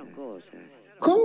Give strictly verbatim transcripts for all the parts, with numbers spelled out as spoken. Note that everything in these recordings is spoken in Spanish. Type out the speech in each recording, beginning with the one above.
¿Cómo?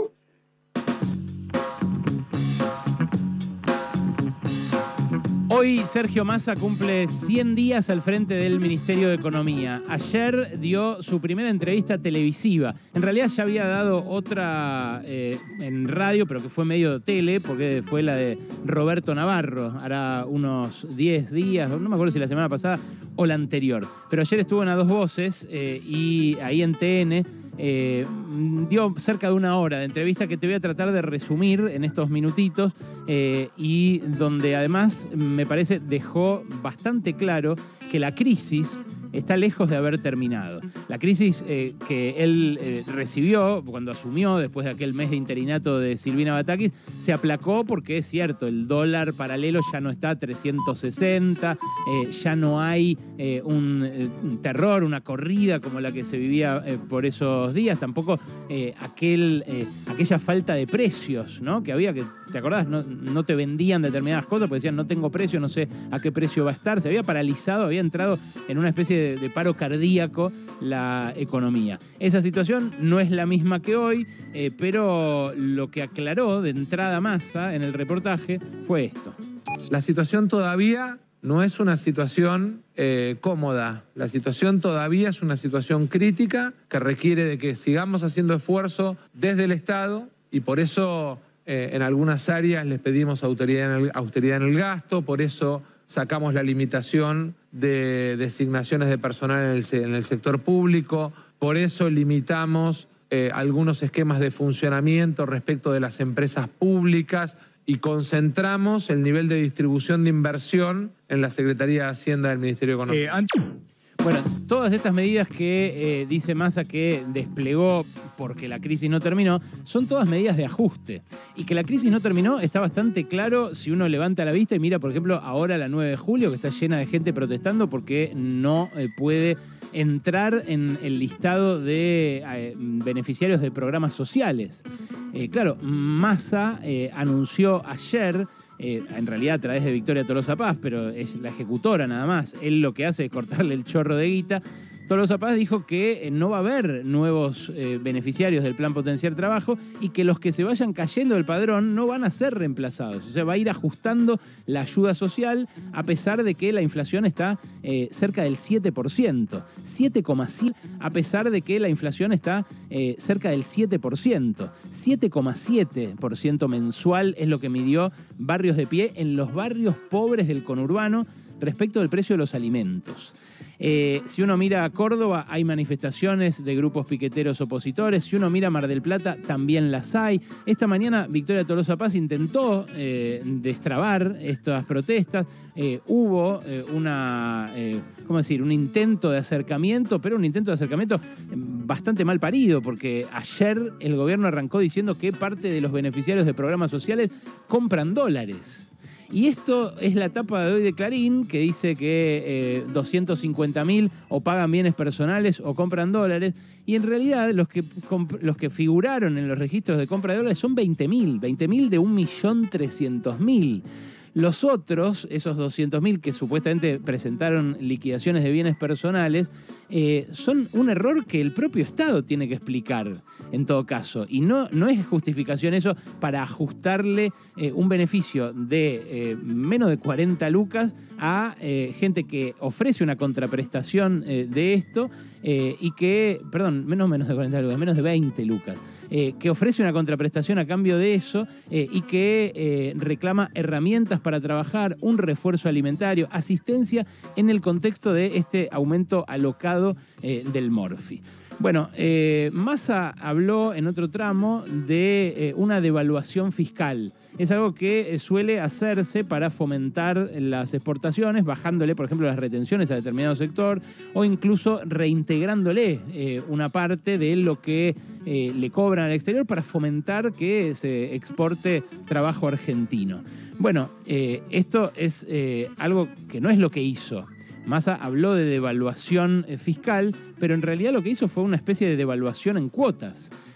Hoy Sergio Massa cumple cien días al frente del Ministerio de Economía. Ayer dio su primera entrevista televisiva. En realidad ya había dado otra eh, en radio, pero que fue medio de tele, porque fue la de Roberto Navarro. Hará unos diez días, no me acuerdo si la semana pasada o la anterior. Pero ayer estuvo en A Dos Voces eh, y ahí en T N... Eh, dio cerca de una hora de entrevista que te voy a tratar de resumir en estos minutitos eh, y donde además me parece dejó bastante claro que la crisis está lejos de haber terminado. La crisis eh, que él eh, recibió cuando asumió después de aquel mes de interinato de Silvina Batakis se aplacó porque es cierto, el dólar paralelo ya no está a trescientos sesenta, eh, ya no hay eh, un, eh, un terror, una corrida como la que se vivía eh, por esos días, tampoco eh, aquel, eh, aquella falta de precios, ¿no? Que había, que ¿te acordás? No, no te vendían determinadas cosas porque decían no tengo precio, no sé a qué precio va a estar. Se había paralizado, había entrado en una especie de De, de paro cardíaco la economía. Esa situación no es la misma que hoy, eh, pero lo que aclaró de entrada Massa en el reportaje fue esto. La situación todavía no es una situación eh, cómoda. La situación todavía es una situación crítica que requiere de que sigamos haciendo esfuerzo desde el Estado y por eso eh, en algunas áreas les pedimos austeridad en el, austeridad en el gasto, por eso sacamos la limitación de designaciones de personal en el, en el sector público, por eso limitamos eh, algunos esquemas de funcionamiento respecto de las empresas públicas y concentramos el nivel de distribución de inversión en la Secretaría de Hacienda del Ministerio de Economía. Eh, Bueno, todas estas medidas que eh, dice Massa que desplegó porque la crisis no terminó, son todas medidas de ajuste. Y que la crisis no terminó está bastante claro si uno levanta la vista y mira, por ejemplo, ahora la nueve de julio, que está llena de gente protestando porque no eh, puede entrar en el listado de eh, beneficiarios de programas sociales. Eh, claro, Massa eh, anunció ayer... Eh, en realidad a través de Victoria Tolosa Paz, pero es la ejecutora nada más. Él lo que hace es cortarle el chorro de guita. Tolosa Paz dijo que no va a haber nuevos eh, beneficiarios del Plan Potenciar Trabajo y que los que se vayan cayendo del padrón no van a ser reemplazados. O sea, va a ir ajustando la ayuda social a pesar de que la inflación está eh, cerca del siete por ciento. siete coma siete por ciento a pesar de que la inflación está eh, cerca del siete por ciento. siete coma siete por ciento mensual es lo que midió Barrios de Pie en los barrios pobres del conurbano respecto del precio de los alimentos. Eh, si uno mira a Córdoba, hay manifestaciones de grupos piqueteros opositores. Si uno mira a Mar del Plata, también las hay. Esta mañana Victoria Tolosa Paz intentó eh, destrabar estas protestas. Eh, hubo eh, una, eh, ¿cómo decir? un intento de acercamiento, pero un intento de acercamiento bastante mal parido, porque ayer el gobierno arrancó diciendo que parte de los beneficiarios de programas sociales compran dólares. Y esto es la tapa de hoy de Clarín, que dice que eh, doscientos cincuenta mil o pagan bienes personales o compran dólares. Y en realidad los que, los que figuraron en los registros de compra de dólares son veinte mil, veinte mil de un millón trescientos mil. Los otros, esos doscientos mil que supuestamente presentaron liquidaciones de bienes personales, eh, son un error que el propio Estado tiene que explicar, en todo caso. Y no, no es justificación eso para ajustarle eh, un beneficio de eh, menos de cuarenta lucas a eh, gente que ofrece una contraprestación eh, de esto eh, y que, perdón, menos, menos de cuarenta lucas, menos de veinte lucas. Eh, que ofrece una contraprestación a cambio de eso eh, y que eh, reclama herramientas para trabajar, un refuerzo alimentario, asistencia en el contexto de este aumento alocado eh, del Morfi. Bueno, eh, Massa habló en otro tramo de eh, una devaluación fiscal. Es algo que suele hacerse para fomentar las exportaciones, bajándole, por ejemplo, las retenciones a determinado sector o incluso reintegrándole eh, una parte de lo que eh, le cobran al exterior para fomentar que se exporte trabajo argentino. Bueno, eh, esto es eh, algo que no es lo que hizo. Massa habló de devaluación fiscal, pero en realidad lo que hizo fue una especie de devaluación en cuotas.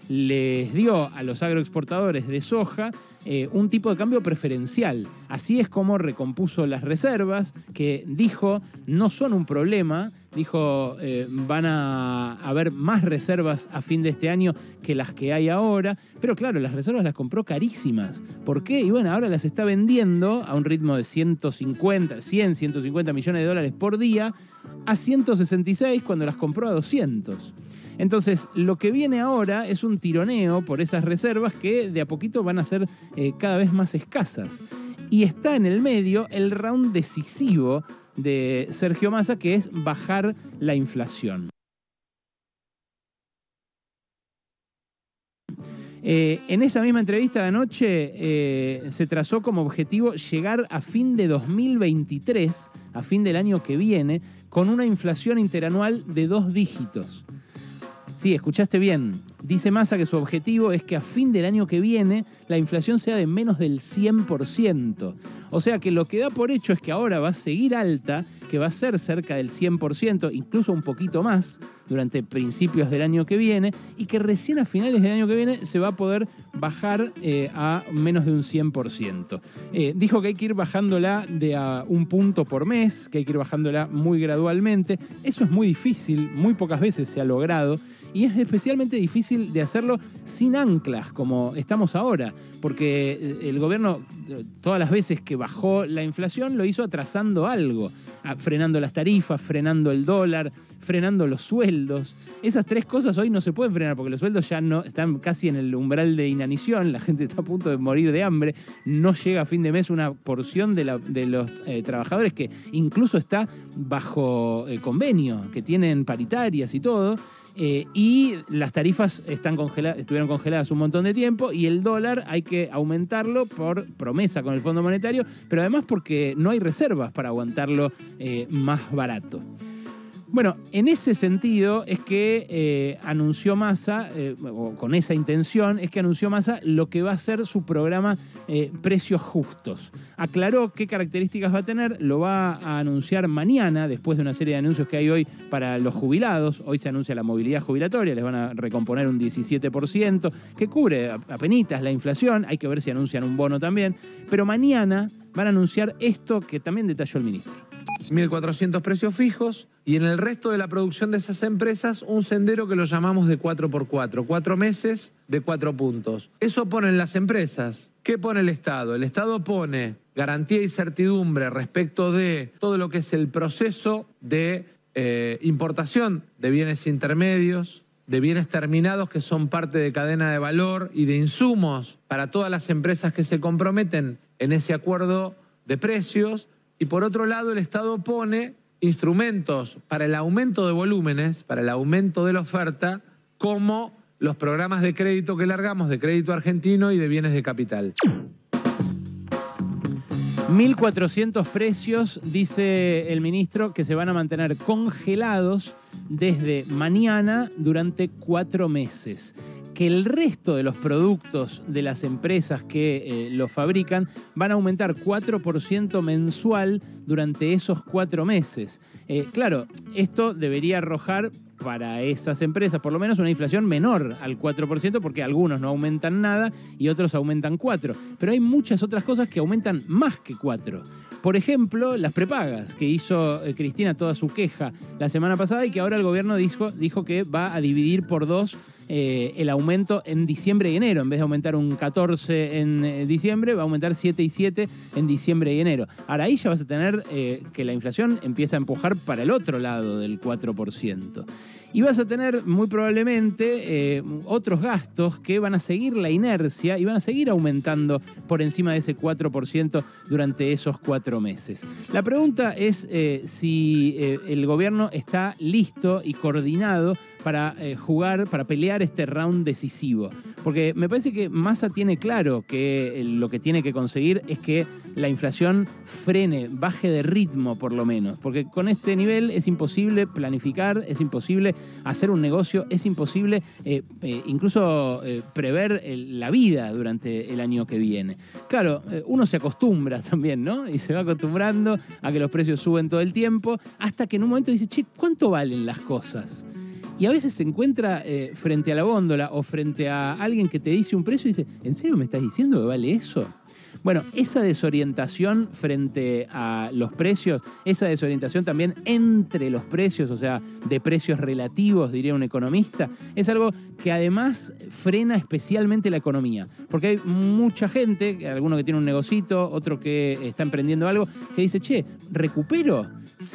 les dio a los agroexportadores de soja eh, un tipo de cambio preferencial. Así es como recompuso las reservas, que dijo no son un problema. Dijo, eh, van a haber más reservas a fin de este año que las que hay ahora. Pero claro, las reservas las compró carísimas. ¿Por qué? Y bueno, ahora las está vendiendo a un ritmo de ciento cincuenta, cien, ciento cincuenta millones de dólares por día a ciento sesenta y seis cuando las compró a doscientos. Entonces, lo que viene ahora es un tironeo por esas reservas que de a poquito van a ser eh, cada vez más escasas. Y está en el medio el round decisivo de Sergio Massa, que es bajar la inflación. Eh, en esa misma entrevista de anoche eh, se trazó como objetivo llegar a fin de dos mil veintitrés, a fin del año que viene, con una inflación interanual de dos dígitos. Sí, escuchaste bien. Dice Massa que su objetivo es que a fin del año que viene la inflación sea de menos del cien por ciento. O sea que lo que da por hecho es que ahora va a seguir alta, que va a ser cerca del cien por ciento, incluso un poquito más, durante principios del año que viene, y que recién a finales del año que viene se va a poder bajar eh, a menos de un cien por ciento. Eh, dijo que hay que ir bajándola de a un punto por mes, que hay que ir bajándola muy gradualmente. Eso es muy difícil, muy pocas veces se ha logrado, y es especialmente difícil de hacerlo sin anclas, como estamos ahora, porque el gobierno, todas las veces que bajó la inflación, lo hizo atrasando algo, frenando las tarifas, frenando el dólar, frenando los sueldos. Esas tres cosas hoy no se pueden frenar porque los sueldos ya no están casi en el umbral de inanición, la gente está a punto de morir de hambre, no llega a fin de mes una porción de, la, de los eh, trabajadores que incluso está bajo eh, convenio, que tienen paritarias y todo. Eh, y las tarifas están congeladas, estuvieron congeladas un montón de tiempo y el dólar hay que aumentarlo por promesa con el Fondo Monetario, pero además porque no hay reservas para aguantarlo eh, más barato. Bueno, en ese sentido es que eh, anunció Massa, eh, o con esa intención, es que anunció Massa lo que va a ser su programa eh, Precios Justos. Aclaró qué características va a tener, lo va a anunciar mañana, después de una serie de anuncios que hay hoy para los jubilados. Hoy se anuncia la movilidad jubilatoria, les van a recomponer un diecisiete por ciento, que cubre apenitas la inflación, hay que ver si anuncian un bono también, pero mañana van a anunciar esto que también detalló el ministro. mil cuatrocientos precios fijos y en el resto de la producción de esas empresas un sendero que lo llamamos de cuatro por cuatro, cuatro meses de cuatro puntos. Eso ponen las empresas. ¿Qué pone el Estado? El Estado pone garantía y certidumbre respecto de todo lo que es el proceso de eh, importación de bienes intermedios, de bienes terminados que son parte de cadena de valor y de insumos para todas las empresas que se comprometen en ese acuerdo de precios. Y por otro lado, el Estado pone instrumentos para el aumento de volúmenes, para el aumento de la oferta, como los programas de crédito que largamos, de crédito argentino y de bienes de capital. mil cuatrocientos precios, dice el ministro, que se van a mantener congelados desde mañana durante cuatro meses. Que el resto de los productos de las empresas que eh, los fabrican van a aumentar cuatro por ciento mensual durante esos cuatro meses. Eh, claro, esto debería arrojar para esas empresas por lo menos una inflación menor al cuatro por ciento, porque algunos no aumentan nada y otros aumentan cuatro por ciento. Pero hay muchas otras cosas que aumentan más que cuatro por ciento. Por ejemplo, las prepagas, que hizo eh, Cristina toda su queja la semana pasada y que ahora el gobierno dijo, dijo que va a dividir por dos eh, el aumento en diciembre y enero. En vez de aumentar un catorce en eh, diciembre, va a aumentar siete y siete en diciembre y enero. Ahora ahí ya vas a tener eh, que la inflación empieza a empujar para el otro lado del cuatro por ciento. Y vas a tener muy probablemente eh, otros gastos que van a seguir la inercia y van a seguir aumentando por encima de ese cuatro por ciento durante esos cuatro meses. La pregunta es eh, si eh, el gobierno está listo y coordinado para eh, jugar, para pelear este round decisivo. Porque me parece que Massa tiene claro que eh, lo que tiene que conseguir es que la inflación frene, baje de ritmo por lo menos. Porque con este nivel es imposible planificar, es imposible hacer un negocio, es imposible eh, eh, incluso eh, prever el, la vida durante el año que viene. Claro, eh, uno se acostumbra también, ¿no? Y se va acostumbrando a que los precios suben todo el tiempo, hasta que en un momento dice, che, ¿cuánto valen las cosas? Y a veces se encuentra eh, frente a la góndola o frente a alguien que te dice un precio y dice, ¿en serio me estás diciendo que vale eso? Bueno, esa desorientación frente a los precios, esa desorientación también entre los precios, o sea, de precios relativos, diría un economista, es algo que además frena especialmente la economía. Porque hay mucha gente, alguno que tiene un negocito, otro que está emprendiendo algo, que dice, che, ¿recupero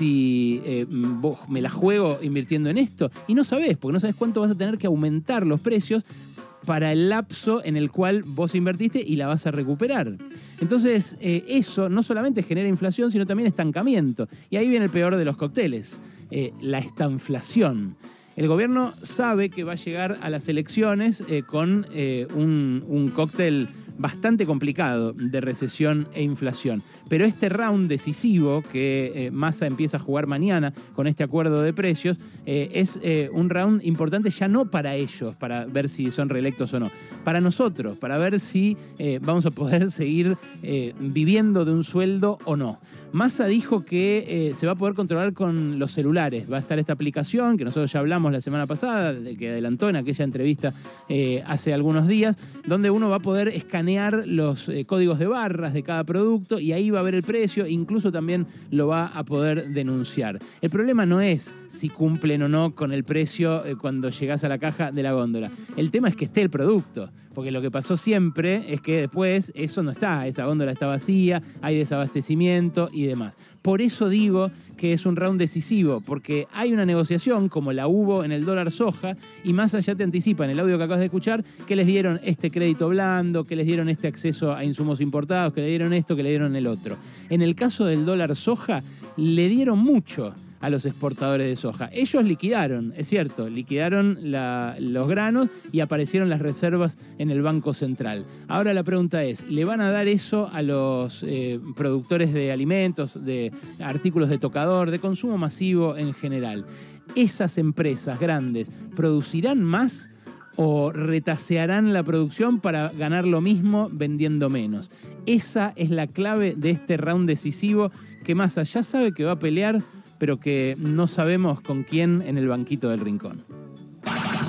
si eh, vos me la juego invirtiendo en esto? Y no sabés, porque no sabés cuánto vas a tener que aumentar los precios para el lapso en el cual vos invertiste y la vas a recuperar. Entonces, eh, eso no solamente genera inflación, sino también estancamiento. Y ahí viene el peor de los cócteles, eh, la estanflación. El gobierno sabe que va a llegar a las elecciones eh, con eh, un, un cóctel bastante complicado de recesión e inflación. Pero este round decisivo que eh, Massa empieza a jugar mañana con este acuerdo de precios eh, es eh, un round importante ya no para ellos, para ver si son reelectos o no, para nosotros, para ver si eh, vamos a poder seguir eh, viviendo de un sueldo o no. Massa dijo que eh, se va a poder controlar con los celulares. Va a estar esta aplicación que nosotros ya hablamos la semana pasada, de que adelantó en aquella entrevista eh, hace algunos días, donde uno va a poder escanear los eh, códigos de barras de cada producto y ahí va a ver el precio, incluso también lo va a poder denunciar. El problema no es si cumplen o no con el precio eh, cuando llegás a la caja de la góndola. El tema es que esté el producto, porque lo que pasó siempre es que después eso no está, esa góndola está vacía, hay desabastecimiento y demás. Por eso digo que es un round decisivo, porque hay una negociación como la hubo en el dólar soja y Massa ya te anticipa en el audio que acabas de escuchar que les dieron este crédito blando, que les dieron este acceso a insumos importados, que le dieron esto, que le dieron el otro. En el caso del dólar soja, le dieron mucho a los exportadores de soja. Ellos liquidaron, es cierto, liquidaron la, los granos y aparecieron las reservas en el Banco Central. Ahora la pregunta es, ¿le van a dar eso a los eh, productores de alimentos, de artículos de tocador, de consumo masivo en general? ¿Esas empresas grandes producirán más o retasearán la producción para ganar lo mismo vendiendo menos? Esa es la clave de este round decisivo que Massa ya sabe que va a pelear, pero que no sabemos con quién en el banquito del rincón.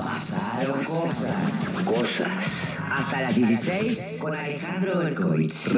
Pasaron cosas. Cosas. Hasta las dieciséis con Alejandro Berkovich.